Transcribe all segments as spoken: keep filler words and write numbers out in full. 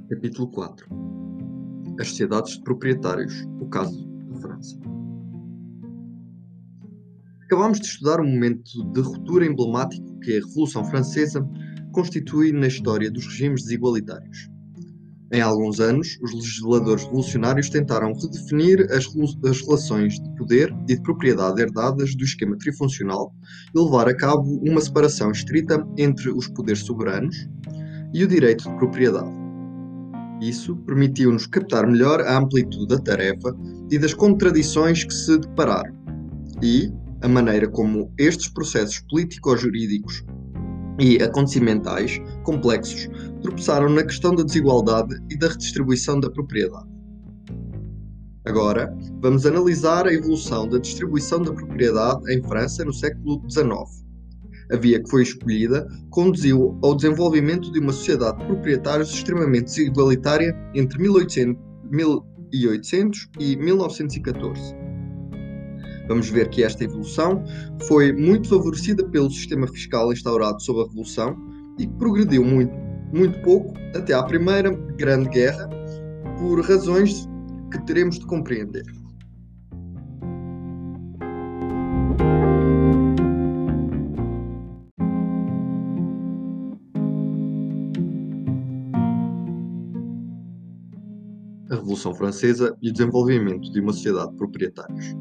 Capítulo quatro. As sociedades de proprietários. O caso da França. Acabámos de estudar um momento de ruptura emblemático que a Revolução Francesa constitui na história dos regimes desigualitários. Em alguns anos, os legisladores revolucionários tentaram redefinir as, as relações de poder e de propriedade herdadas do esquema trifuncional e levar a cabo uma separação estrita entre os poderes soberanos e o direito de propriedade. Isso permitiu-nos captar melhor a amplitude da tarefa e das contradições que se depararam, e a maneira como estes processos político-jurídicos e acontecimentais complexos tropeçaram na questão da desigualdade e da redistribuição da propriedade. Agora, vamos analisar a evolução da distribuição da propriedade em França no século dezenove. A via que foi escolhida conduziu ao desenvolvimento de uma sociedade de proprietários extremamente desigualitária entre mil e oitocentos e mil novecentos e catorze. Vamos ver que esta evolução foi muito favorecida pelo sistema fiscal instaurado sob a Revolução e que progrediu muito, muito pouco até à Primeira Grande Guerra, por razões que teremos de compreender. A Revolução Francesa e o desenvolvimento de uma sociedade de proprietários.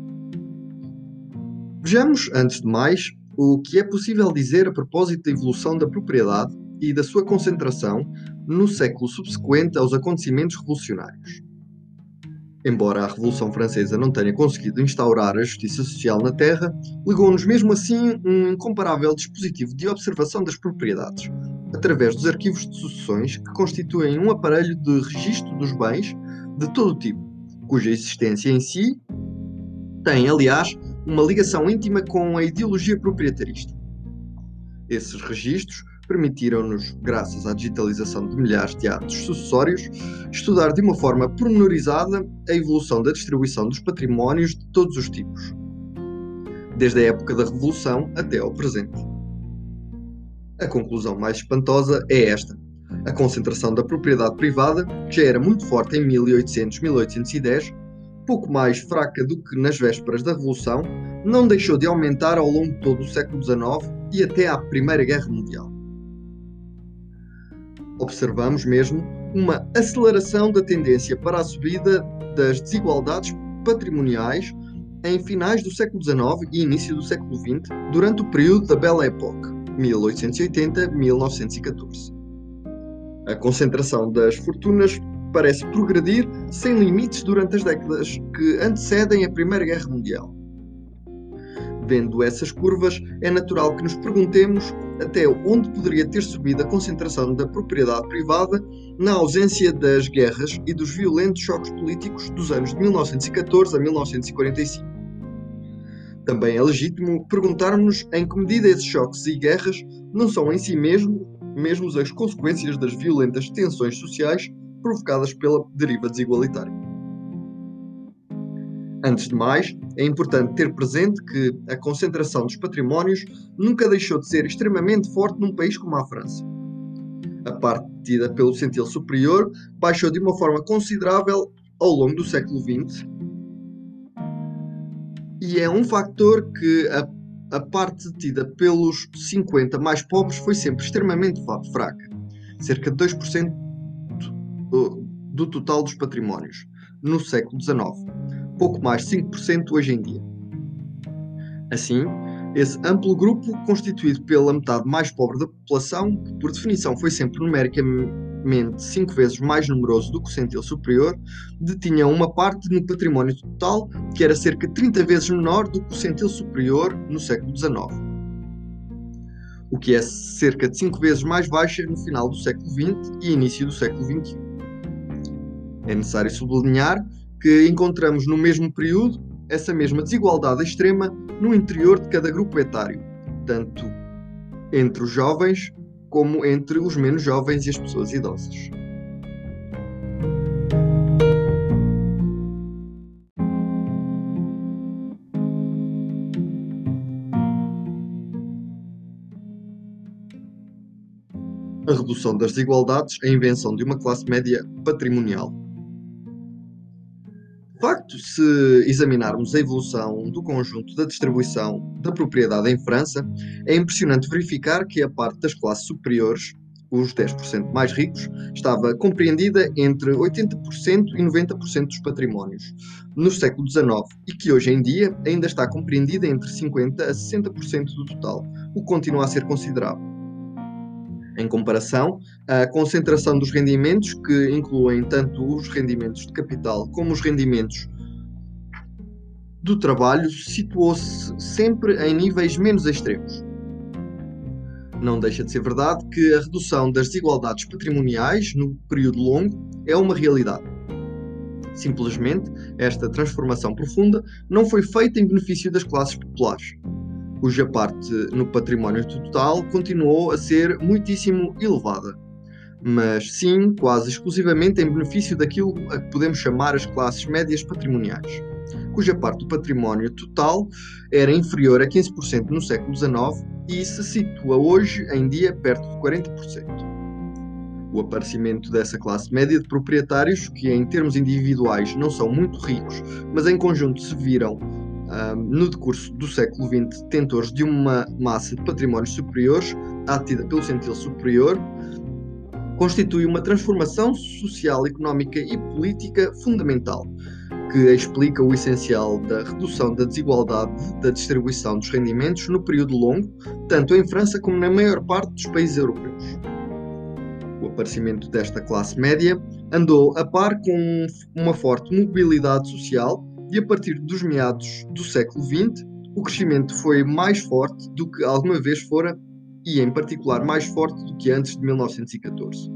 Vejamos, antes de mais, o que é possível dizer a propósito da evolução da propriedade e da sua concentração no século subsequente aos acontecimentos revolucionários. Embora a Revolução Francesa não tenha conseguido instaurar a justiça social na Terra, legou-nos mesmo assim um incomparável dispositivo de observação das propriedades, através dos arquivos de sucessões que constituem um aparelho de registro dos bens de todo o tipo, cuja existência em si tem, aliás, uma ligação íntima com a ideologia proprietarista. Esses registros permitiram-nos, graças à digitalização de milhares de atos sucessórios, estudar de uma forma pormenorizada a evolução da distribuição dos patrimónios de todos os tipos, desde a época da Revolução até ao presente. A conclusão mais espantosa é esta: a concentração da propriedade privada, que já era muito forte em mil e oitocentos a mil oitocentos e dez, pouco mais fraca do que nas vésperas da Revolução, não deixou de aumentar ao longo de todo o século dezenove e até à Primeira Guerra Mundial. Observamos mesmo uma aceleração da tendência para a subida das desigualdades patrimoniais em finais do século dezenove e início do século vinte, durante o período da Belle Époque, mil oitocentos e oitenta a mil novecentos e catorze. A concentração das fortunas parece progredir sem limites durante as décadas que antecedem a Primeira Guerra Mundial. Vendo essas curvas, é natural que nos perguntemos até onde poderia ter subido a concentração da propriedade privada na ausência das guerras e dos violentos choques políticos dos anos de mil novecentos e catorze a mil novecentos e quarenta e cinco. Também é legítimo perguntarmos em que medida esses choques e guerras não são em si mesmo, mesmos as consequências das violentas tensões sociais provocadas pela deriva desigualitária. Antes de mais, é importante ter presente que a concentração dos patrimónios nunca deixou de ser extremamente forte num país como a França. A parte tida pelo centil superior baixou de uma forma considerável ao longo do século vinte, e é um factor que a, a parte tida pelos cinquenta mais pobres foi sempre extremamente fraca, cerca de dois por cento do, do total dos patrimónios, no século dezenove. Pouco mais de cinco por cento hoje em dia. Assim, esse amplo grupo, constituído pela metade mais pobre da população, que por definição foi sempre numericamente cinco vezes mais numeroso do que o centil superior, detinha uma parte no património total que era cerca de trinta vezes menor do que o centil superior no século dezenove. O que é cerca de cinco vezes mais baixa no final do século vinte e início do século vinte e um. É necessário sublinhar que encontramos no mesmo período essa mesma desigualdade extrema no interior de cada grupo etário, tanto entre os jovens como entre os menos jovens e as pessoas idosas. A redução das desigualdades, a invenção de uma classe média patrimonial. De facto, se examinarmos a evolução do conjunto da distribuição da propriedade em França, é impressionante verificar que a parte das classes superiores, os dez por cento mais ricos, estava compreendida entre oitenta por cento e noventa por cento dos patrimónios no século dezenove e que hoje em dia ainda está compreendida entre cinquenta por cento a sessenta por cento do total, o que continua a ser considerável. Em comparação, a concentração dos rendimentos, que incluem tanto os rendimentos de capital como os rendimentos do trabalho, situou-se sempre em níveis menos extremos. Não deixa de ser verdade que a redução das desigualdades patrimoniais no período longo é uma realidade. Simplesmente, esta transformação profunda não foi feita em benefício das classes populares, cuja parte no património total continuou a ser muitíssimo elevada, mas sim quase exclusivamente em benefício daquilo a que podemos chamar as classes médias patrimoniais, cuja parte do património total era inferior a quinze por cento no século dezenove e se situa hoje em dia perto de quarenta por cento. O aparecimento dessa classe média de proprietários, que em termos individuais não são muito ricos, mas em conjunto se viram Uh, no decurso do século vinte, detentores de uma massa de patrimónios superiores, atida pelo centil superior, constitui uma transformação social, económica e política fundamental, que explica o essencial da redução da desigualdade da distribuição dos rendimentos no período longo, tanto em França como na maior parte dos países europeus. O aparecimento desta classe média andou a par com uma forte mobilidade social e a partir dos meados do século vinte, o crescimento foi mais forte do que alguma vez fora e, em particular, mais forte do que antes de mil novecentos e catorze.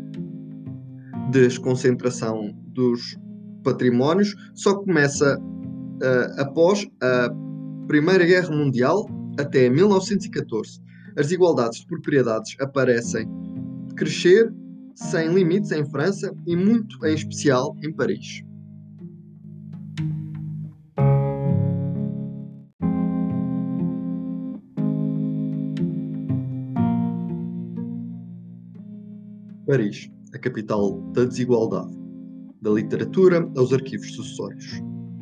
Desconcentração dos patrimónios só começa uh, após a Primeira Guerra Mundial até mil novecentos e catorze. As desigualdades de propriedades aparecem crescer sem limites em França e muito em especial em Paris. Paris, a capital da desigualdade, da literatura aos arquivos sucessórios.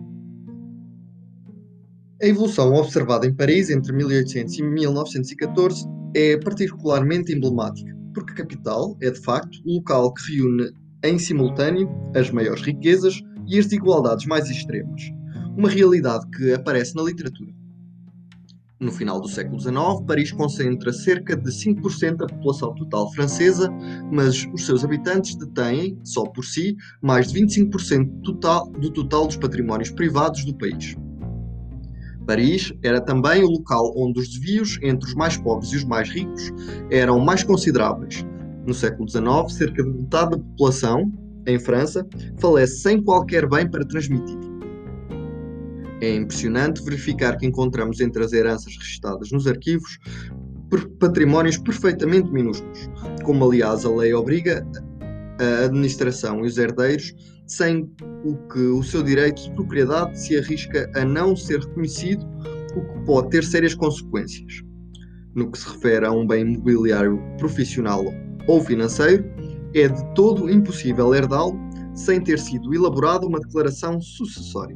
A evolução observada em Paris entre mil e oitocentos e mil novecentos e catorze é particularmente emblemática, porque a capital é, de facto, o local que reúne em simultâneo as maiores riquezas e as desigualdades mais extremas, uma realidade que aparece na literatura. No final do século dezenove, Paris concentra cerca de cinco por cento da população total francesa, mas os seus habitantes detêm, só por si, mais de vinte e cinco por cento total, do total dos patrimónios privados do país. Paris era também o local onde os desvios entre os mais pobres e os mais ricos eram mais consideráveis. No século dezenove, cerca de metade da população, em França, falece sem qualquer bem para transmitir. É impressionante verificar que encontramos entre as heranças registadas nos arquivos patrimónios perfeitamente minúsculos, como aliás a lei obriga a administração e os herdeiros, sem o que o seu direito de propriedade se arrisca a não ser reconhecido, o que pode ter sérias consequências. No que se refere a um bem imobiliário profissional ou financeiro, é de todo impossível herdá-lo sem ter sido elaborada uma declaração sucessória.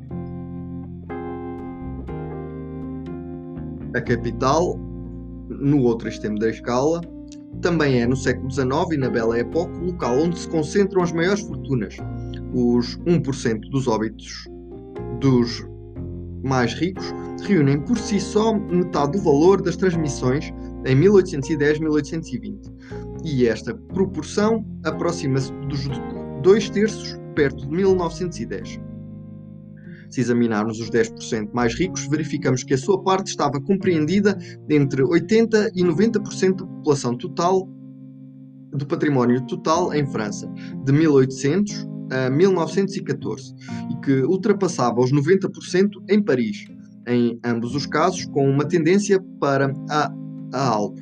A capital, no outro extremo da escala, também é no século dezenove e na Bela Époque o local onde se concentram as maiores fortunas. Os um por cento dos óbitos dos mais ricos reúnem por si só metade do valor das transmissões em mil oitocentos e dez a mil oitocentos e vinte. E esta proporção aproxima-se dos dois terços perto de mil novecentos e dez. Se examinarmos os dez por cento mais ricos, verificamos que a sua parte estava compreendida entre oitenta por cento e noventa por cento da população total do património total em França, de mil e oitocentos a mil novecentos e catorze, e que ultrapassava os noventa por cento em Paris, em ambos os casos com uma tendência para a, a alta.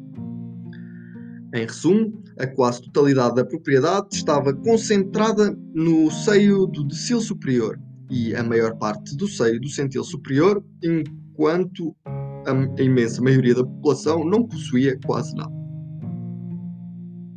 Em resumo, a quase totalidade da propriedade estava concentrada no seio do decil superior, e a maior parte do seio do centil superior, enquanto a imensa maioria da população não possuía quase nada.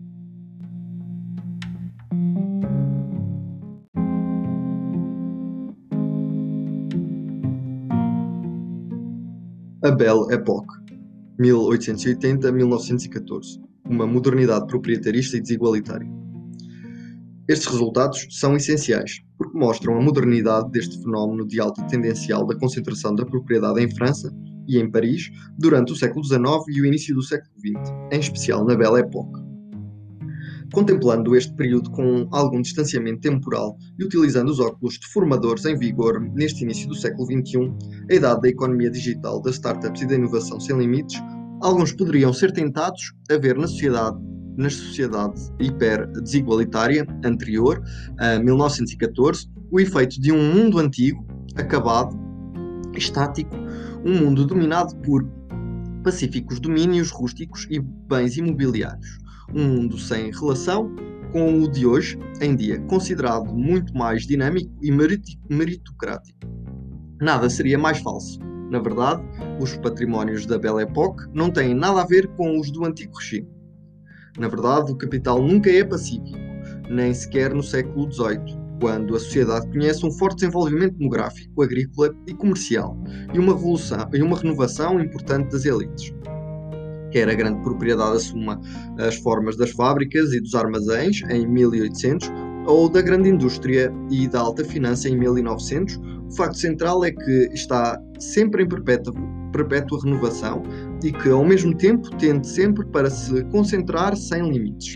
A Belle Époque, mil oitocentos e oitenta a mil novecentos e catorze, uma modernidade proprietarista e desigualitária. Estes resultados são essenciais, porque mostram a modernidade deste fenómeno de alta tendencial da concentração da propriedade em França e em Paris durante o século dezenove e o início do século vinte, em especial na Belle Époque. Contemplando este período com algum distanciamento temporal e utilizando os óculos deformadores em vigor neste início do século vinte e um, a idade da economia digital, das startups e da inovação sem limites, alguns poderiam ser tentados a ver na sociedade, na sociedade hiper-desigualitária anterior a mil novecentos e catorze o efeito de um mundo antigo, acabado, estático, um mundo dominado por pacíficos domínios rústicos e bens imobiliários. Um mundo sem relação com o de hoje em dia, considerado muito mais dinâmico e meritocrático. Nada seria mais falso. Na verdade, os patrimónios da Belle Époque não têm nada a ver com os do antigo regime. Na verdade, o capital nunca é pacífico, nem sequer no século dezoito, quando a sociedade conhece um forte desenvolvimento demográfico, agrícola e comercial, e uma, revolução, e uma renovação importante das elites. Quer a grande propriedade assuma as formas das fábricas e dos armazéns em mil e oitocentos, ou da grande indústria e da alta finança em mil e novecentos, o facto central é que está sempre em perpétua, perpétua renovação e que, ao mesmo tempo, tende sempre para se concentrar sem limites.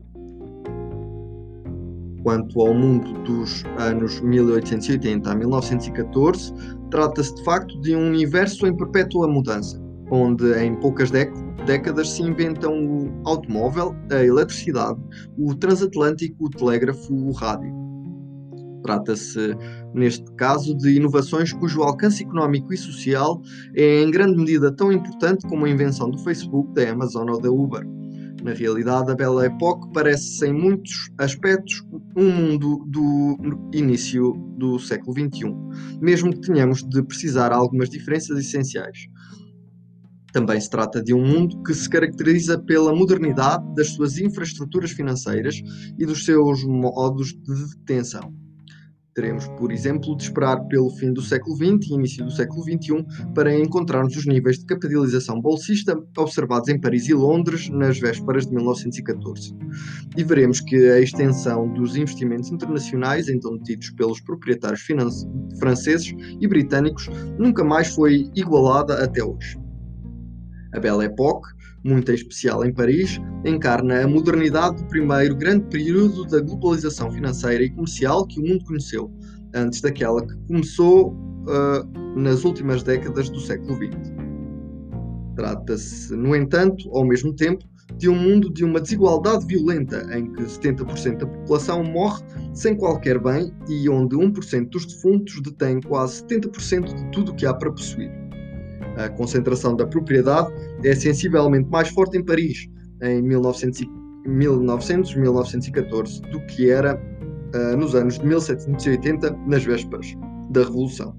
Quanto ao mundo dos anos mil oitocentos e oitenta a mil novecentos e catorze, trata-se de facto de um universo em perpétua mudança, onde em poucas décadas se inventam o automóvel, a eletricidade, o transatlântico, o telégrafo, o rádio. Trata-se, neste caso, de inovações cujo alcance económico e social é em grande medida tão importante como a invenção do Facebook, da Amazon ou da Uber. Na realidade, a Belle Époque parece, em muitos aspectos, um mundo do início do século vinte e um, mesmo que tenhamos de precisar algumas diferenças essenciais. Também se trata de um mundo que se caracteriza pela modernidade das suas infraestruturas financeiras e dos seus modos de detenção. Teremos, por exemplo, de esperar pelo fim do século vinte e início do século vinte e um para encontrarmos os níveis de capitalização bolsista observados em Paris e Londres nas vésperas de mil novecentos e catorze. E veremos que a extensão dos investimentos internacionais, então detidos pelos proprietários franceses e britânicos, nunca mais foi igualada até hoje. A Belle Époque, muito em especial em Paris, encarna a modernidade do primeiro grande período da globalização financeira e comercial que o mundo conheceu, antes daquela que começou uh, nas últimas décadas do século vinte. Trata-se, no entanto, ao mesmo tempo, de um mundo de uma desigualdade violenta, em que setenta por cento da população morre sem qualquer bem e onde um por cento dos defuntos detém quase setenta por cento de tudo o que há para possuir. A concentração da propriedade é sensivelmente mais forte em Paris, em mil novecentos, mil novecentos a mil novecentos e catorze, do que era uh, nos anos de mil setecentos e oitenta, nas vésperas da Revolução.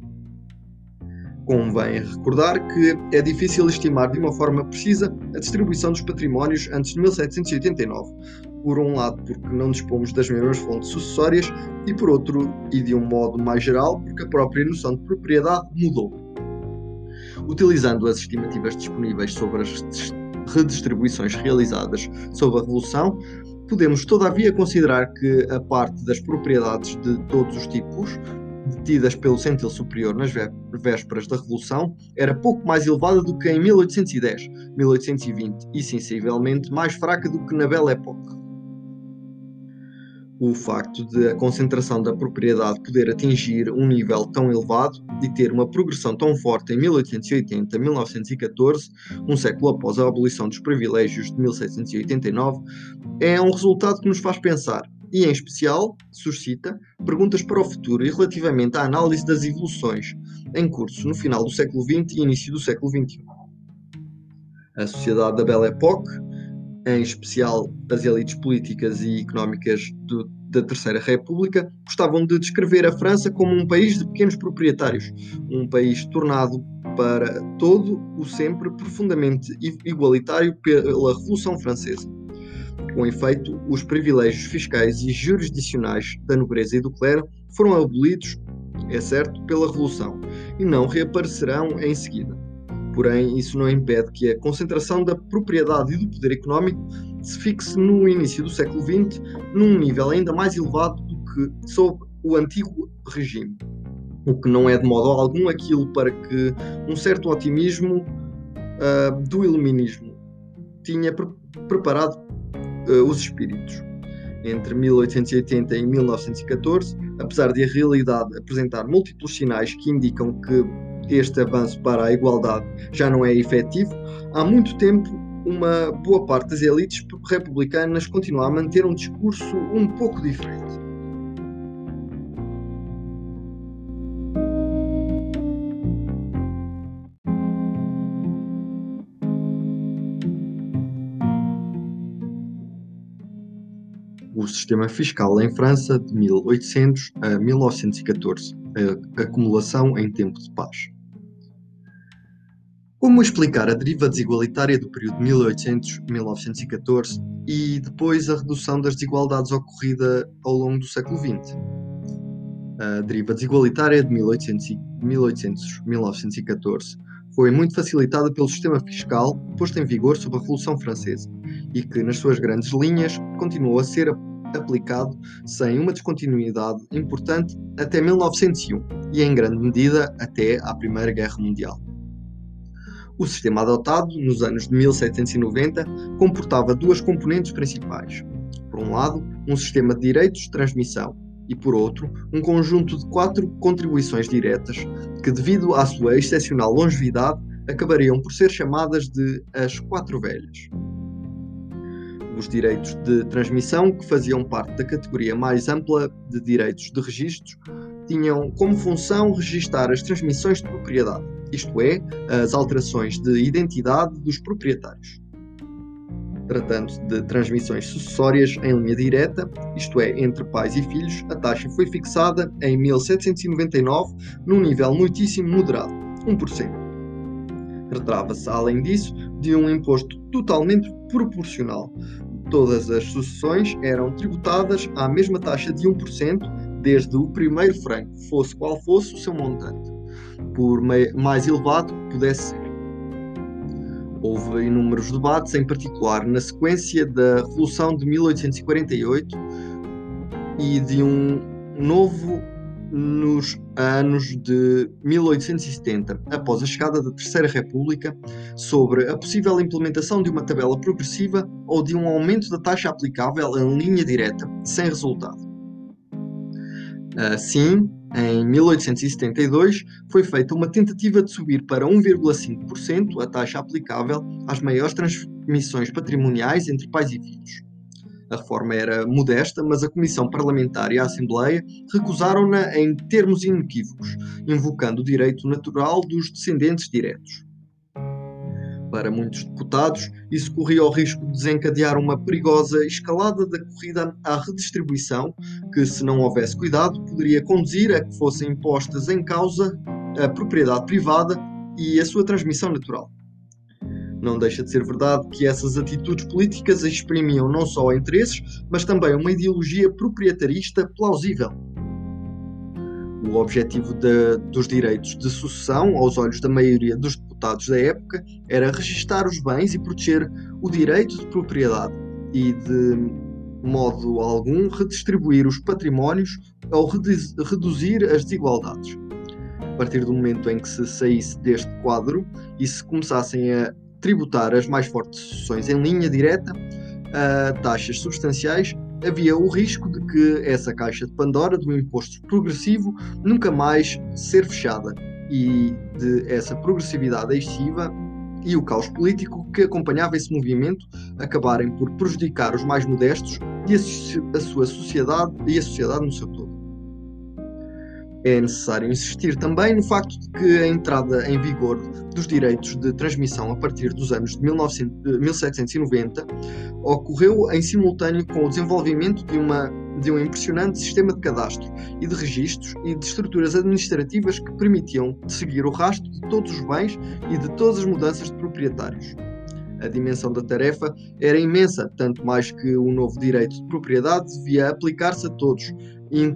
Convém recordar que é difícil estimar de uma forma precisa a distribuição dos patrimónios antes de mil setecentos e oitenta e nove, por um lado porque não dispomos das mesmas fontes sucessórias e por outro, e de um modo mais geral, porque a própria noção de propriedade mudou. Utilizando as estimativas disponíveis sobre as redistribuições realizadas sob a Revolução, podemos todavia considerar que a parte das propriedades de todos os tipos, detidas pelo centil superior nas vésperas da Revolução, era pouco mais elevada do que em mil oitocentos e dez, mil oitocentos e vinte e sensivelmente mais fraca do que na Belle Époque. O facto de a concentração da propriedade poder atingir um nível tão elevado e ter uma progressão tão forte em mil oitocentos e oitenta a mil novecentos e catorze, um século após a abolição dos privilégios de mil setecentos e oitenta e nove, é um resultado que nos faz pensar e, em especial, suscita perguntas para o futuro e relativamente à análise das evoluções em curso no final do século vinte e início do século vinte e um. A sociedade da Belle Époque, em especial as elites políticas e económicas do, da Terceira República, gostavam de descrever a França como um país de pequenos proprietários, um país tornado para todo o sempre profundamente igualitário pela Revolução Francesa. Com efeito, os privilégios fiscais e jurisdicionais da nobreza e do clero foram abolidos, é certo, pela Revolução, e não reaparecerão em seguida. Porém, isso não impede que a concentração da propriedade e do poder económico se fixe no início do século vinte num nível ainda mais elevado do que sob o antigo regime, o que não é de modo algum aquilo para que um certo otimismo uh, do iluminismo tinha pre preparado uh, os espíritos. Entre mil oitocentos e oitenta e mil novecentos e catorze, apesar de a realidade apresentar múltiplos sinais que indicam que este avanço para a igualdade já não é efetivo, há muito tempo uma boa parte das elites republicanas continua a manter um discurso um pouco diferente. O sistema fiscal em França de mil e oitocentos a mil novecentos e catorze, a acumulação em tempo de paz. Como explicar a deriva desigualitária do período de mil e oitocentos a mil novecentos e catorze e depois a redução das desigualdades ocorrida ao longo do século vinte? A deriva desigualitária de mil e oitocentos a mil novecentos e catorze foi muito facilitada pelo sistema fiscal posto em vigor sob a Revolução Francesa e que, nas suas grandes linhas, continuou a ser aplicado sem uma descontinuidade importante até mil novecentos e um e, em grande medida, até à Primeira Guerra Mundial. O sistema adotado nos anos de mil setecentos e noventa comportava duas componentes principais. Por um lado, um sistema de direitos de transmissão e, por outro, um conjunto de quatro contribuições diretas que, devido à sua excepcional longevidade, acabariam por ser chamadas de as quatro velhas. Os direitos de transmissão, que faziam parte da categoria mais ampla de direitos de registros, tinham como função registar as transmissões de propriedade, isto é, as alterações de identidade dos proprietários. Tratando-se de transmissões sucessórias em linha direta, isto é, entre pais e filhos, a taxa foi fixada em mil setecentos e noventa e nove num nível muitíssimo moderado, um por cento. Tratava-se, além disso, de um imposto totalmente proporcional. Todas as sucessões eram tributadas à mesma taxa de um por cento desde o primeiro franco, fosse qual fosse o seu montante, por mais elevado que pudesse ser. Houve inúmeros debates, em particular na sequência da Revolução de mil oitocentos e quarenta e oito e de um novo nos anos de mil oitocentos e setenta, após a chegada da Terceira República, sobre a possível implementação de uma tabela progressiva ou de um aumento da taxa aplicável em linha direta, sem resultado. Assim, em mil oitocentos e setenta e dois, foi feita uma tentativa de subir para um vírgula cinco por cento a taxa aplicável às maiores transmissões patrimoniais entre pais e filhos. A reforma era modesta, mas a Comissão Parlamentar e a Assembleia recusaram-na em termos inequívocos, invocando o direito natural dos descendentes diretos. Para muitos deputados, isso corria o risco de desencadear uma perigosa escalada da corrida à redistribuição, que, se não houvesse cuidado, poderia conduzir a que fossem postas em causa a propriedade privada e a sua transmissão natural. Não deixa de ser verdade que essas atitudes políticas exprimiam não só interesses, mas também uma ideologia proprietarista plausível. O objetivo de, dos direitos de sucessão, aos olhos da maioria dos deputados da época, era registar os bens e proteger o direito de propriedade e, de modo algum, redistribuir os patrimónios ou reduzir as desigualdades. A partir do momento em que se saísse deste quadro e se começassem a tributar as mais fortes sucessões em linha direta a taxas substanciais, havia o risco de que essa caixa de Pandora do imposto progressivo nunca mais ser fechada e de essa progressividade excessiva e o caos político que acompanhava esse movimento acabarem por prejudicar os mais modestos e a sua sociedade e a sociedade no seu todo. É necessário insistir também no facto de que a entrada em vigor dos direitos de transmissão a partir dos anos de mil setecentos e noventa ocorreu em simultâneo com o desenvolvimento de, uma, de um impressionante sistema de cadastro e de registros e de estruturas administrativas que permitiam seguir o rastro de todos os bens e de todas as mudanças de proprietários. A dimensão da tarefa era imensa, tanto mais que o novo direito de propriedade devia aplicar-se a todos,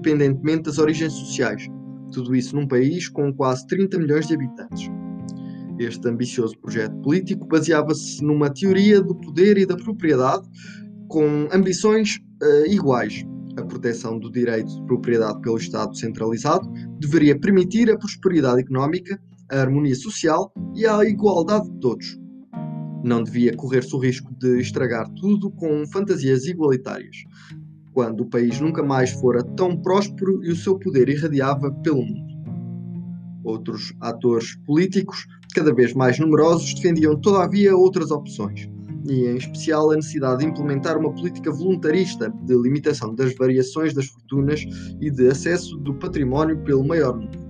independentemente das origens sociais. Tudo isso num país com quase trinta milhões de habitantes. Este ambicioso projeto político baseava-se numa teoria do poder e da propriedade com ambições uh, iguais. A proteção do direito de propriedade pelo Estado centralizado deveria permitir a prosperidade económica, a harmonia social e a igualdade de todos. Não devia correr-se o risco de estragar tudo com fantasias igualitárias, quando o país nunca mais fora tão próspero e o seu poder irradiava pelo mundo. Outros atores políticos, cada vez mais numerosos, defendiam todavia outras opções, e em especial a necessidade de implementar uma política voluntarista de limitação das variações das fortunas e de acesso do património pelo maior número.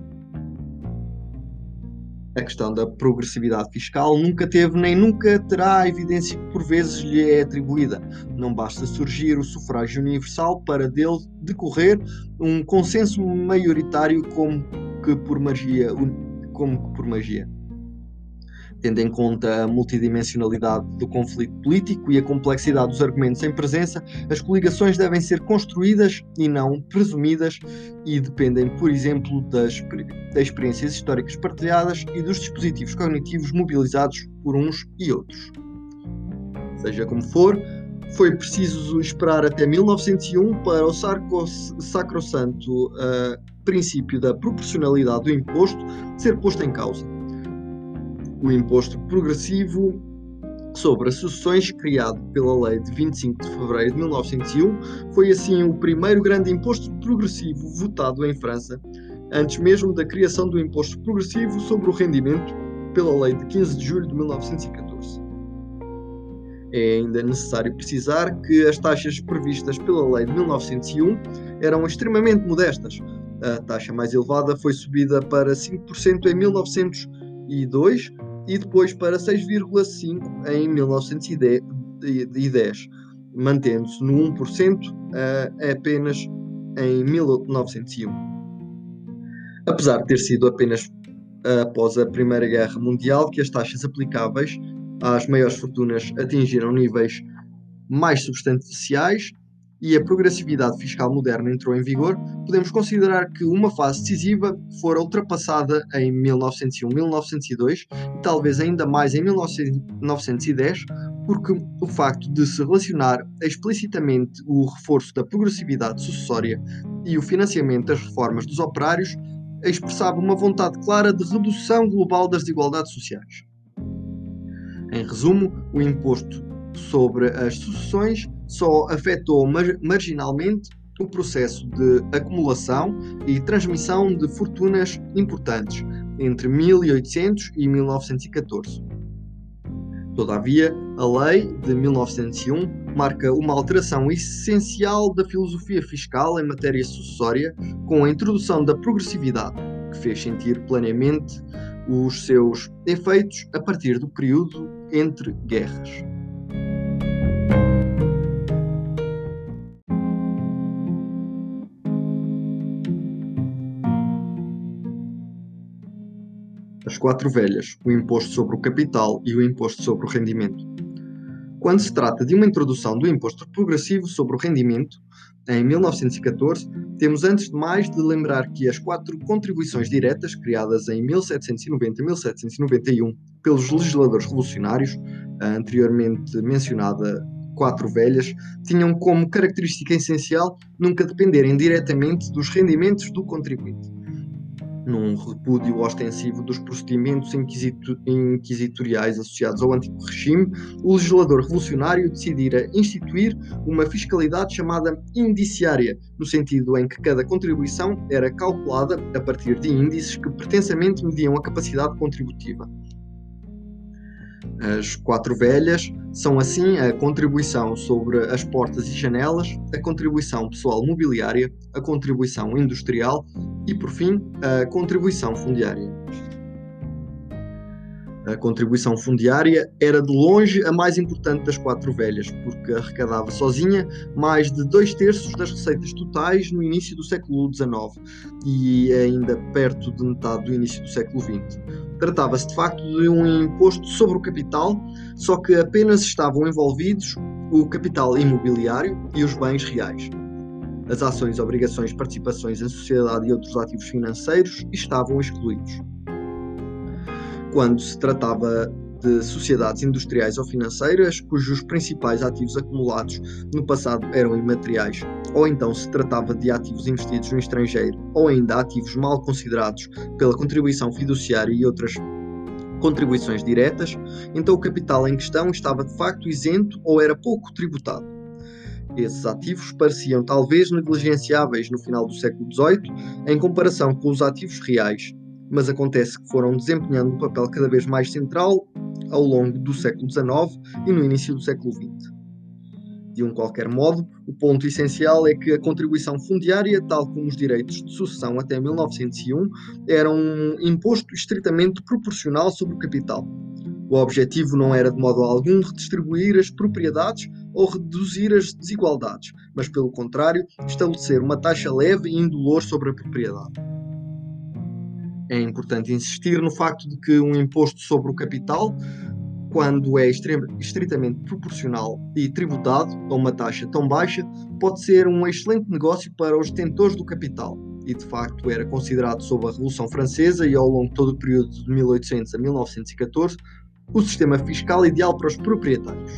A questão da progressividade fiscal nunca teve nem nunca terá a evidência que por vezes lhe é atribuída. Não basta surgir o sufrágio universal para dele decorrer um consenso maioritário como que por magia, como que por magia. Tendo em conta a multidimensionalidade do conflito político e a complexidade dos argumentos em presença, as coligações devem ser construídas e não presumidas e dependem, por exemplo, das, das experiências históricas partilhadas e dos dispositivos cognitivos mobilizados por uns e outros. Seja como for, foi preciso esperar até mil novecentos e um para o sacrossanto uh, princípio da proporcionalidade do imposto ser posto em causa. O imposto progressivo sobre as sucessões, criado pela Lei de vinte e cinco de fevereiro de mil novecentos e um, foi assim o primeiro grande imposto progressivo votado em França, antes mesmo da criação do imposto progressivo sobre o rendimento pela Lei de quinze de julho de mil novecentos e catorze. É ainda necessário precisar que as taxas previstas pela Lei de mil novecentos e um eram extremamente modestas. A taxa mais elevada foi subida para cinco por cento em mil novecentos e dois e depois para seis vírgula cinco por cento em mil novecentos e dez, mantendo-se no um por cento uh, apenas em mil novecentos e um. Apesar de ter sido apenas uh, após a Primeira Guerra Mundial que as taxas aplicáveis às maiores fortunas atingiram níveis mais substanciais e a progressividade fiscal moderna entrou em vigor, podemos considerar que uma fase decisiva fora ultrapassada em mil novecentos e um, mil novecentos e dois e talvez ainda mais em mil novecentos e dez, porque o facto de se relacionar explicitamente o reforço da progressividade sucessória e o financiamento das reformas dos operários expressava uma vontade clara de redução global das desigualdades sociais. Em resumo, o imposto sobre as sucessões só afetou mar- marginalmente o processo de acumulação e transmissão de fortunas importantes entre mil e oitocentos e mil novecentos e catorze. Todavia, a Lei de mil novecentos e um marca uma alteração essencial da filosofia fiscal em matéria sucessória com a introdução da progressividade, que fez sentir plenamente os seus efeitos a partir do período entre guerras. As quatro velhas, o imposto sobre o capital e o imposto sobre o rendimento. Quando se trata de uma introdução do imposto progressivo sobre o rendimento, em mil novecentos e catorze, temos antes de mais de lembrar que as quatro contribuições diretas criadas em mil setecentos e noventa e mil setecentos e noventa e um pelos legisladores revolucionários, a anteriormente mencionada quatro velhas, tinham como característica essencial nunca dependerem diretamente dos rendimentos do contribuinte. Num repúdio ostensivo dos procedimentos inquisitu- inquisitoriais associados ao antigo regime, o legislador revolucionário decidira instituir uma fiscalidade chamada indiciária, no sentido em que cada contribuição era calculada a partir de índices que pretensamente mediam a capacidade contributiva. As quatro velhas são assim a contribuição sobre as portas e janelas, a contribuição pessoal mobiliária, a contribuição industrial e, por fim, a contribuição fundiária. A contribuição fundiária era de longe a mais importante das quatro velhas, porque arrecadava sozinha mais de dois terços das receitas totais no início do século dezenove e ainda perto de metade do início do século vinte. Tratava-se de facto de um imposto sobre o capital, só que apenas estavam envolvidos o capital imobiliário e os bens reais. As ações, obrigações, participações em sociedade e outros ativos financeiros estavam excluídos. quando se tratava de sociedades industriais ou financeiras cujos principais ativos acumulados no passado eram imateriais, ou então se tratava de ativos investidos no estrangeiro, ou ainda ativos mal considerados pela contribuição fiduciária e outras contribuições diretas, então o capital em questão estava de facto isento ou era pouco tributado. Esses ativos pareciam talvez negligenciáveis no final do século dezoito em comparação com os ativos reais, mas acontece que foram desempenhando um papel cada vez mais central ao longo do século dezenove e no início do século vinte. De um qualquer modo, o ponto essencial é que a contribuição fundiária, tal como os direitos de sucessão até mil novecentos e um, era um imposto estritamente proporcional sobre o capital. O objetivo não era de modo algum redistribuir as propriedades ou reduzir as desigualdades, mas pelo contrário, estabelecer uma taxa leve e indolor sobre a propriedade. É importante insistir no facto de que um imposto sobre o capital, quando é estritamente proporcional e tributado a uma taxa tão baixa, pode ser um excelente negócio para os detentores do capital. E de facto era considerado sob a Revolução Francesa e ao longo de todo o período de mil e oitocentos a mil novecentos e catorze o sistema fiscal ideal para os proprietários.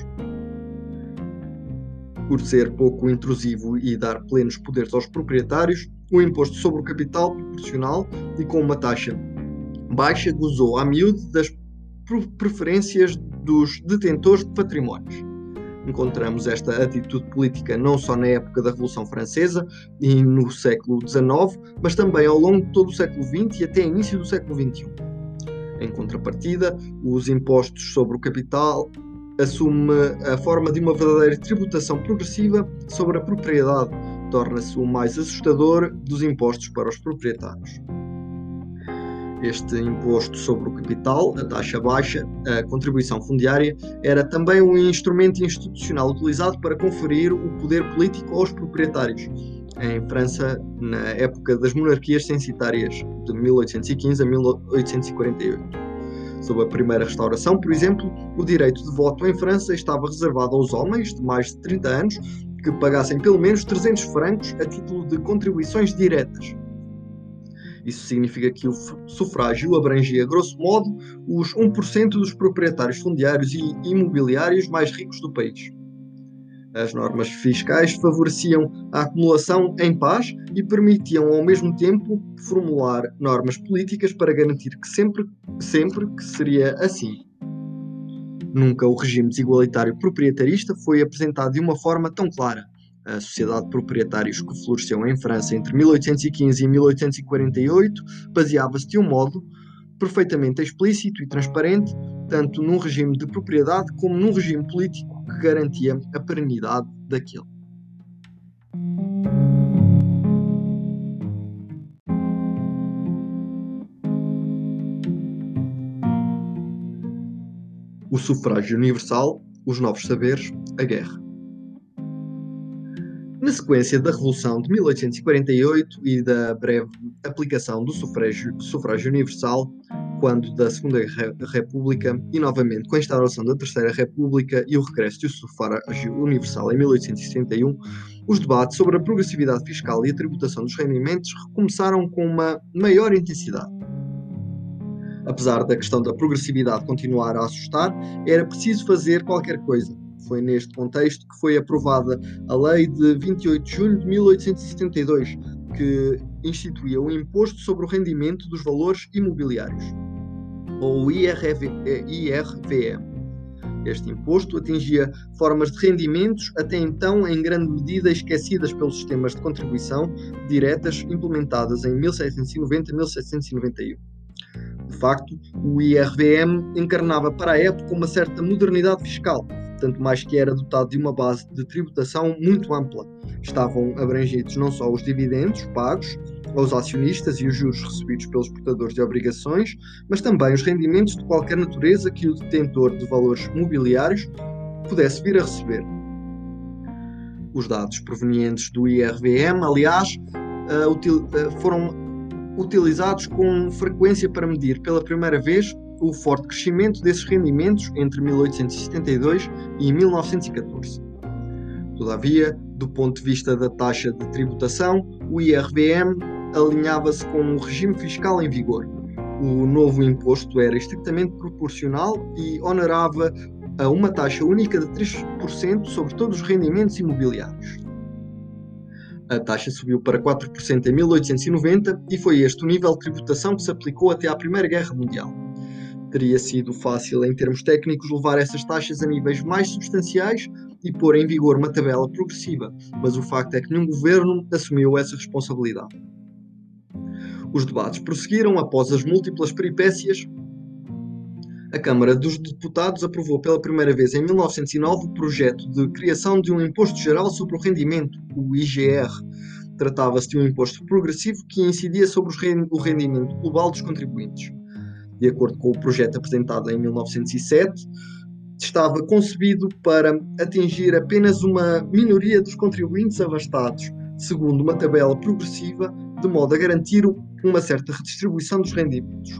Por ser pouco intrusivo e dar plenos poderes aos proprietários, o imposto sobre o capital proporcional e com uma taxa baixa gozou à miúde das preferências dos detentores de patrimónios. Encontramos esta atitude política não só na época da Revolução Francesa e no século dezenove, mas também ao longo de todo o século vinte e até início do século vinte e um. Em contrapartida, os impostos sobre o capital assume a forma de uma verdadeira tributação progressiva sobre a propriedade, torna-se o mais assustador dos impostos para os proprietários. Este imposto sobre o capital, a taxa baixa, a contribuição fundiária, era também um instrumento institucional utilizado para conferir o poder político aos proprietários. Em França, na época das monarquias censitárias, de mil oitocentos e quinze a mil oitocentos e quarenta e oito. Sob a primeira restauração, por exemplo, o direito de voto em França estava reservado aos homens de mais de trinta anos que pagassem pelo menos trezentos francos a título de contribuições diretas. Isso significa que o sufrágio abrangia, grosso modo, os um por cento dos proprietários fundiários e imobiliários mais ricos do país. As normas fiscais favoreciam a acumulação em paz e permitiam, ao mesmo tempo, formular normas políticas para garantir que sempre, sempre que seria assim. Nunca o regime desigualitário proprietarista foi apresentado de uma forma tão clara. A sociedade de proprietários que floresceu em França entre mil oitocentos e quinze e mil oitocentos e quarenta e oito baseava-se de um modo perfeitamente explícito e transparente, tanto num regime de propriedade como num regime político que garantia a perenidade daquele. O sufrágio universal, os novos saberes, a guerra. Na sequência da Revolução de mil oitocentos e quarenta e oito e da breve aplicação do sufrágio, sufrágio universal, quando da Segunda República e novamente com a instauração da Terceira República e o regresso do sufrágio universal em mil oitocentos e setenta e um, os debates sobre a progressividade fiscal e a tributação dos rendimentos recomeçaram com uma maior intensidade. Apesar da questão da progressividade continuar a assustar, era preciso fazer qualquer coisa. Foi neste contexto que foi aprovada a Lei de vinte e oito de julho de mil oitocentos e setenta e dois, que instituía o Imposto sobre o Rendimento dos Valores Imobiliários, ou I R V M. Este imposto atingia formas de rendimentos até então em grande medida esquecidas pelos sistemas de contribuição diretas implementadas em mil setecentos e noventa a mil setecentos e noventa e um. De facto, o I R V M encarnava para a época uma certa modernidade fiscal, tanto mais que era dotado de uma base de tributação muito ampla. Estavam abrangidos não só os dividendos pagos aos acionistas e os juros recebidos pelos portadores de obrigações, mas também os rendimentos de qualquer natureza que o detentor de valores mobiliários pudesse vir a receber. Os dados provenientes do I R V M, aliás, foram utilizados com frequência para medir pela primeira vez o forte crescimento desses rendimentos entre mil oitocentos e setenta e dois e mil novecentos e catorze. Todavia, do ponto de vista da taxa de tributação, o I R V M alinhava-se com o regime fiscal em vigor. O novo imposto era estritamente proporcional e onerava a uma taxa única de três por cento sobre todos os rendimentos imobiliários. A taxa subiu para quatro por cento em mil oitocentos e noventa e foi este o nível de tributação que se aplicou até à Primeira Guerra Mundial. Teria sido fácil, em termos técnicos, levar essas taxas a níveis mais substanciais e pôr em vigor uma tabela progressiva, mas o facto é que nenhum governo assumiu essa responsabilidade. Os debates prosseguiram após as múltiplas peripécias. A Câmara dos Deputados aprovou pela primeira vez em mil novecentos e nove o projeto de criação de um Imposto Geral sobre o Rendimento, o I G R. Tratava-se de um imposto progressivo que incidia sobre o rendimento global dos contribuintes. De acordo com o projeto apresentado em mil novecentos e sete, estava concebido para atingir apenas uma minoria dos contribuintes abastados, segundo uma tabela progressiva, de modo a garantir uma certa redistribuição dos rendimentos.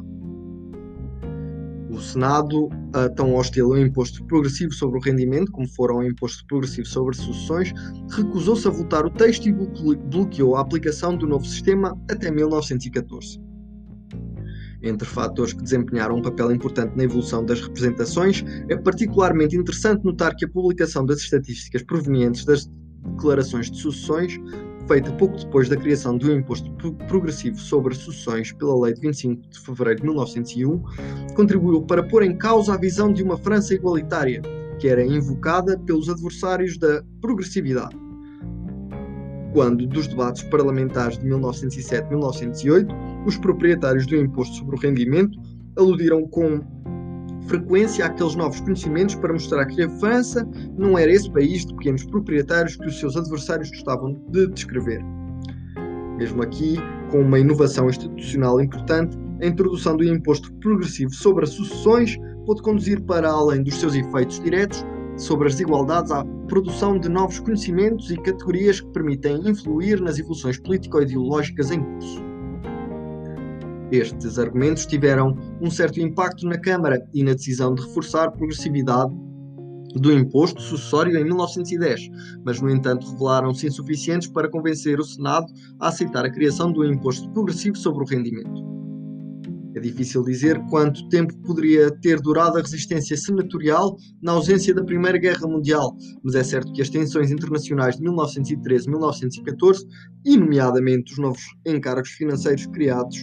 O Senado, tão hostil ao imposto progressivo sobre o rendimento, como fora ao imposto progressivo sobre sucessões, recusou-se a votar o texto e bloqueou a aplicação do novo sistema até mil novecentos e catorze. Entre fatores que desempenharam um papel importante na evolução das representações, é particularmente interessante notar que a publicação das estatísticas provenientes das declarações de sucessões, feita pouco depois da criação do imposto progressivo sobre sucessões pela Lei de vinte e cinco de fevereiro de mil novecentos e um, contribuiu para pôr em causa a visão de uma França igualitária, que era invocada pelos adversários da progressividade. Quando, dos debates parlamentares de mil novecentos e sete a mil novecentos e oito, os proprietários do imposto sobre o rendimento aludiram com frequência àqueles novos conhecimentos para mostrar que a França não era esse país de pequenos proprietários que os seus adversários gostavam de descrever. Mesmo aqui, com uma inovação institucional importante, a introdução do imposto progressivo sobre as sucessões pode conduzir para, além dos seus efeitos diretos sobre as desigualdades, à produção de novos conhecimentos e categorias que permitem influir nas evoluções político-ideológicas em curso. Estes argumentos tiveram um certo impacto na Câmara e na decisão de reforçar a progressividade do imposto sucessório em mil novecentos e dez, mas, no entanto, revelaram-se insuficientes para convencer o Senado a aceitar a criação do imposto progressivo sobre o rendimento. É difícil dizer quanto tempo poderia ter durado a resistência senatorial na ausência da Primeira Guerra Mundial, mas é certo que as tensões internacionais de mil novecentos e treze a mil novecentos e catorze, e nomeadamente os novos encargos financeiros criados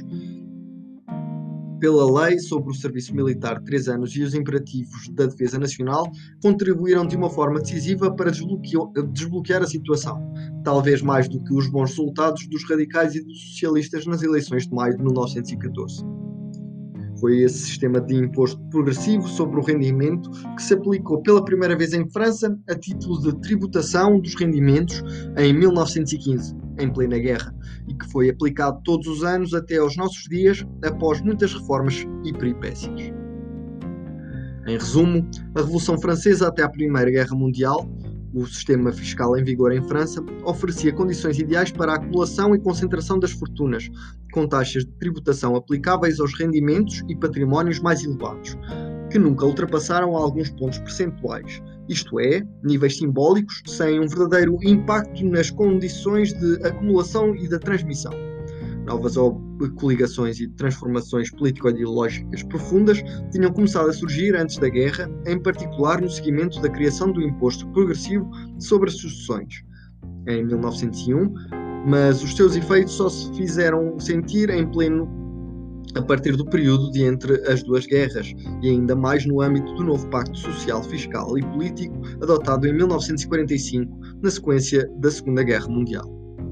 pela Lei sobre o Serviço Militar de três anos e os imperativos da Defesa Nacional, contribuíram de uma forma decisiva para desbloquear a situação, talvez mais do que os bons resultados dos radicais e dos socialistas nas eleições de maio de mil novecentos e catorze. Foi esse sistema de imposto progressivo sobre o rendimento que se aplicou pela primeira vez em França a título de tributação dos rendimentos em mil novecentos e quinze, em plena guerra, e que foi aplicado todos os anos até aos nossos dias, após muitas reformas e peripécias. Em resumo, a Revolução Francesa até à Primeira Guerra Mundial, o sistema fiscal em vigor em França, oferecia condições ideais para a acumulação e concentração das fortunas, com taxas de tributação aplicáveis aos rendimentos e patrimónios mais elevados, que nunca ultrapassaram alguns pontos percentuais, isto é, níveis simbólicos, sem um verdadeiro impacto nas condições de acumulação e da transmissão. Novas coligações e transformações político-ideológicas profundas tinham começado a surgir antes da guerra, em particular no seguimento da criação do imposto progressivo sobre as sucessões, em mil novecentos e um, mas os seus efeitos só se fizeram sentir em pleno a partir do período de entre as duas guerras, e ainda mais no âmbito do novo Pacto Social, Fiscal e Político adotado em mil novecentos e quarenta e cinco, na sequência da Segunda Guerra Mundial.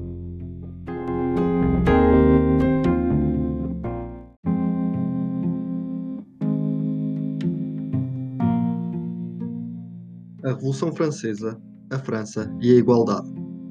A Revolução Francesa, a França e a igualdade.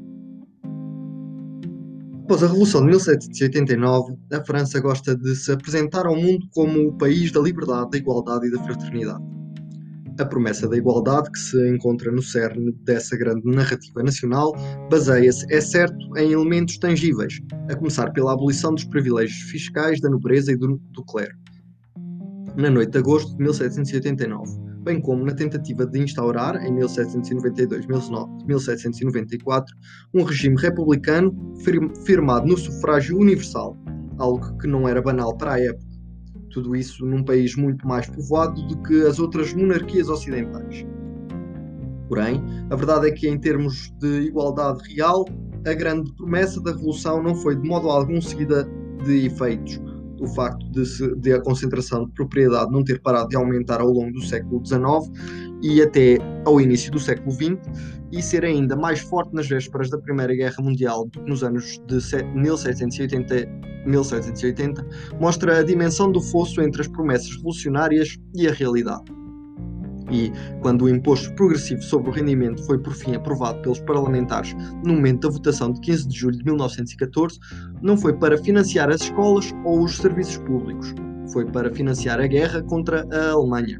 Após a Revolução de mil setecentos e oitenta e nove, a França gosta de se apresentar ao mundo como o país da liberdade, da igualdade e da fraternidade. A promessa da igualdade, que se encontra no cerne dessa grande narrativa nacional, baseia-se, é certo, em elementos tangíveis, a começar pela abolição dos privilégios fiscais da nobreza e do, do clero, na noite de agosto de mil setecentos e oitenta e nove, bem como na tentativa de instaurar, em mil setecentos e noventa e dois a mil setecentos e noventa e quatro, um regime republicano firmado no sufrágio universal, algo que não era banal para a época. Tudo isso num país muito mais povoado do que as outras monarquias ocidentais. Porém, a verdade é que, em termos de igualdade real, a grande promessa da Revolução não foi de modo algum seguida de efeitos. O facto de, se, de a concentração de propriedade não ter parado de aumentar ao longo do século dezenove e até ao início do século vinte, e ser ainda mais forte nas vésperas da Primeira Guerra Mundial do que nos anos de mil setecentos e oitenta, mil setecentos e oitenta, mostra a dimensão do fosso entre as promessas revolucionárias e a realidade. E, quando o imposto progressivo sobre o rendimento foi por fim aprovado pelos parlamentares no momento da votação de quinze de julho de mil novecentos e catorze, não foi para financiar as escolas ou os serviços públicos, foi para financiar a guerra contra a Alemanha.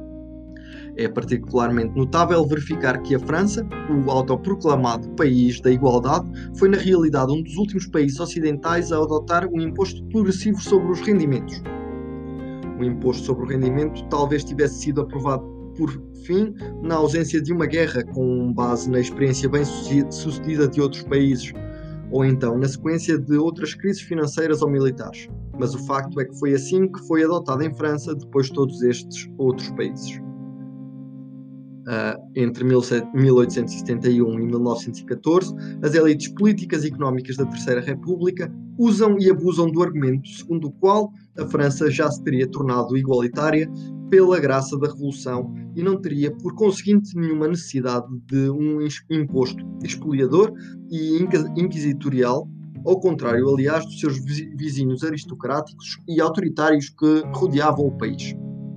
É particularmente notável verificar que a França, o autoproclamado país da igualdade, foi na realidade um dos últimos países ocidentais a adotar um imposto progressivo sobre os rendimentos. O imposto sobre o rendimento talvez tivesse sido aprovado por fim na ausência de uma guerra com base na experiência bem-sucedida de outros países, ou então na sequência de outras crises financeiras ou militares. Mas o facto é que foi assim que foi adotado em França depois de todos estes outros países. Uh, entre mil oitocentos e setenta e um e mil novecentos e catorze, as elites políticas e económicas da Terceira República usam e abusam do argumento segundo o qual a França já se teria tornado igualitária pela graça da Revolução e não teria, por conseguinte, nenhuma necessidade de um imposto expoliador e inquisitorial, ao contrário, aliás, dos seus vizinhos aristocráticos e autoritários que rodeavam o país.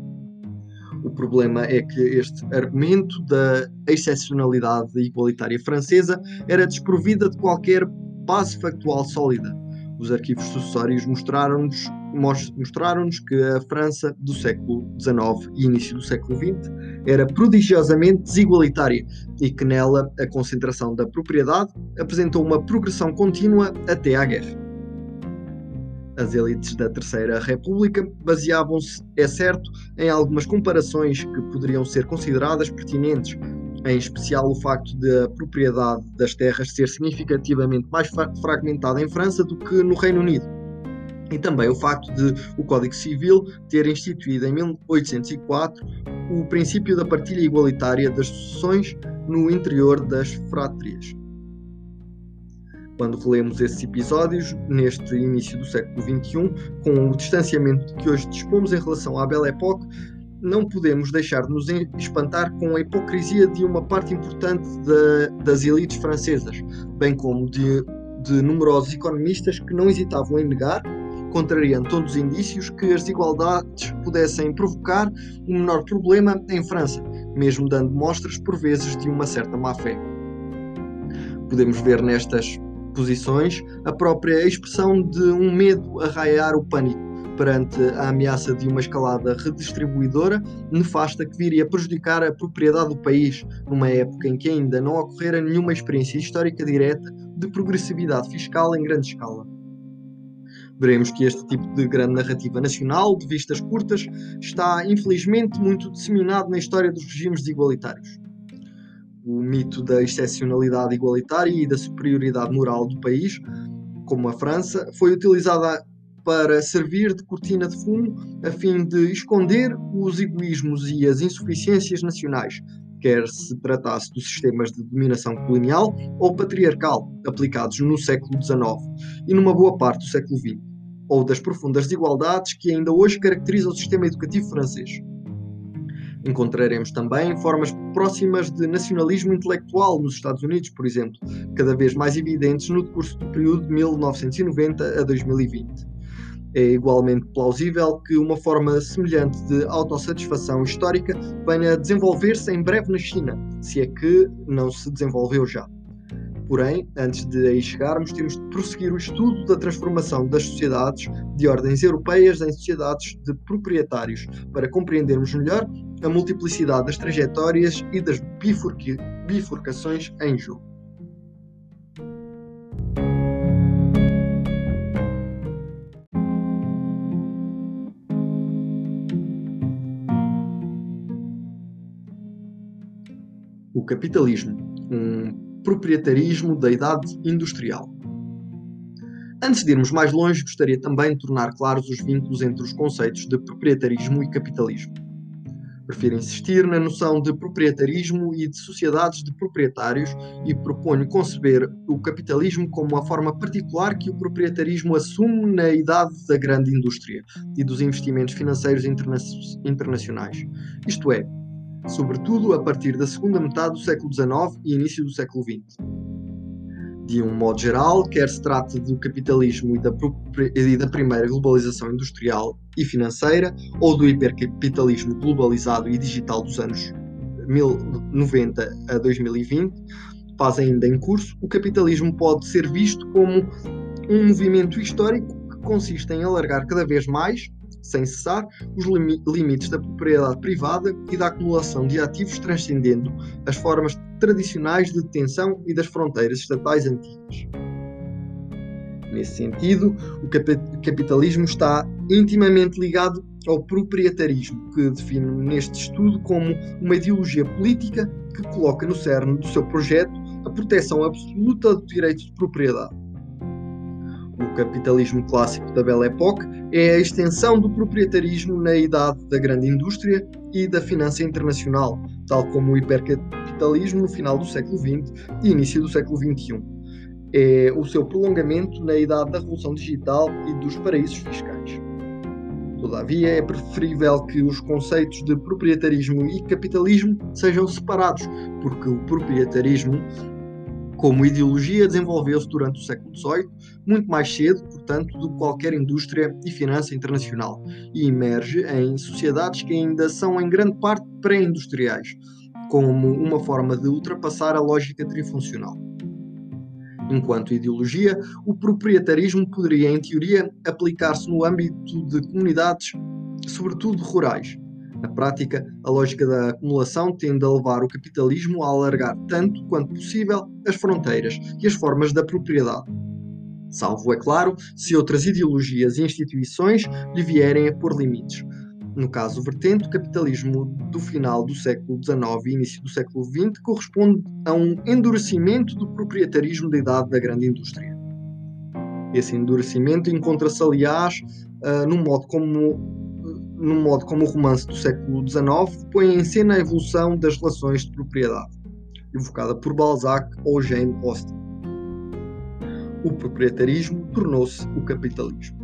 O problema é que este argumento da excepcionalidade igualitária francesa era desprovida de qualquer base factual sólida. Os arquivos sucessórios mostraram-nos mostraram-nos que a França do século dezenove e início do século vinte era prodigiosamente desigualitária e que nela a concentração da propriedade apresentou uma progressão contínua até à guerra. As elites da Terceira República baseavam-se, é certo, em algumas comparações que poderiam ser consideradas pertinentes, em especial o facto de a propriedade das terras ser significativamente mais fragmentada em França do que no Reino Unido. E também o facto de o Código Civil ter instituído em mil oitocentos e quatro o princípio da partilha igualitária das sucessões no interior das frátrias. Quando relemos esses episódios, neste início do século vinte e um, com o distanciamento de que hoje dispomos em relação à Belle Époque, não podemos deixar de nos espantar com a hipocrisia de uma parte importante da, das elites francesas, bem como de, de numerosos economistas que não hesitavam em negar, contrariando todos os indícios, que as desigualdades pudessem provocar um menor problema em França, mesmo dando mostras por vezes de uma certa má-fé. Podemos ver nestas posições a própria expressão de um medo a raiar o pânico perante a ameaça de uma escalada redistribuidora nefasta que viria a prejudicar a propriedade do país, numa época em que ainda não ocorrera nenhuma experiência histórica direta de progressividade fiscal em grande escala. Veremos que este tipo de grande narrativa nacional, de vistas curtas, está infelizmente muito disseminado na história dos regimes igualitários. O mito da excepcionalidade igualitária e da superioridade moral do país, como a França, foi utilizada para servir de cortina de fumo a fim de esconder os egoísmos e as insuficiências nacionais, quer se tratasse dos sistemas de dominação colonial ou patriarcal aplicados no século dezenove e numa boa parte do século vinte, ou das profundas desigualdades que ainda hoje caracterizam o sistema educativo francês. Encontraremos também formas próximas de nacionalismo intelectual nos Estados Unidos, por exemplo, cada vez mais evidentes no decurso do período de mil novecentos e noventa a dois mil e vinte. É igualmente plausível que uma forma semelhante de autossatisfação histórica venha a desenvolver-se em breve na China, se é que não se desenvolveu já. Porém, antes de aí chegarmos, temos de prosseguir o estudo da transformação das sociedades de ordens europeias em sociedades de proprietários, para compreendermos melhor a multiplicidade das trajetórias e das bifurca- bifurcações em jogo. O capitalismo, um proprietarismo da idade industrial. Antes de irmos mais longe, gostaria também de tornar claros os vínculos entre os conceitos de proprietarismo e capitalismo. Prefiro insistir na noção de proprietarismo e de sociedades de proprietários e proponho conceber o capitalismo como uma forma particular que o proprietarismo assume na idade da grande indústria e dos investimentos financeiros interna internacionais. Isto é, sobretudo a partir da segunda metade do século dezenove e início do século vinte. De um modo geral, quer se trate do capitalismo e da, e da primeira globalização industrial e financeira, ou do hipercapitalismo globalizado e digital dos anos mil e noventa a dois mil e vinte, fase ainda em curso, o capitalismo pode ser visto como um movimento histórico que consiste em alargar cada vez mais, sem cessar, os lim limites da propriedade privada e da acumulação de ativos, transcendendo as formas tradicionais de detenção e das fronteiras estatais antigas. Nesse sentido, o cap capitalismo está intimamente ligado ao proprietarismo, que define neste estudo como uma ideologia política que coloca no cerne do seu projeto a proteção absoluta do direito de propriedade. O capitalismo clássico da Belle Époque é a extensão do proprietarismo na idade da grande indústria e da finança internacional, tal como o hipercapitalismo no final do século vinte e início do século vinte e um. É o seu prolongamento na idade da revolução digital e dos paraísos fiscais. Todavia, é preferível que os conceitos de proprietarismo e capitalismo sejam separados, porque o proprietarismo, como ideologia, desenvolveu-se durante o século dezoito, muito mais cedo, portanto, do que qualquer indústria e finança internacional, e emerge em sociedades que ainda são em grande parte pré-industriais, como uma forma de ultrapassar a lógica trifuncional. Enquanto ideologia, o proprietarismo poderia, em teoria, aplicar-se no âmbito de comunidades, sobretudo rurais. Na prática, a lógica da acumulação tende a levar o capitalismo a alargar tanto quanto possível as fronteiras e as formas da propriedade. Salvo, é claro, se outras ideologias e instituições lhe vierem a pôr limites. No caso vertente, o capitalismo do final do século dezenove e início do século vinte corresponde a um endurecimento do proprietarismo da idade da grande indústria. Esse endurecimento encontra-se, aliás, uh, no modo como no modo como o romance do século dezenove põe em cena a evolução das relações de propriedade, evocada por Balzac ou Jane Austen. O proprietarismo tornou-se o capitalismo.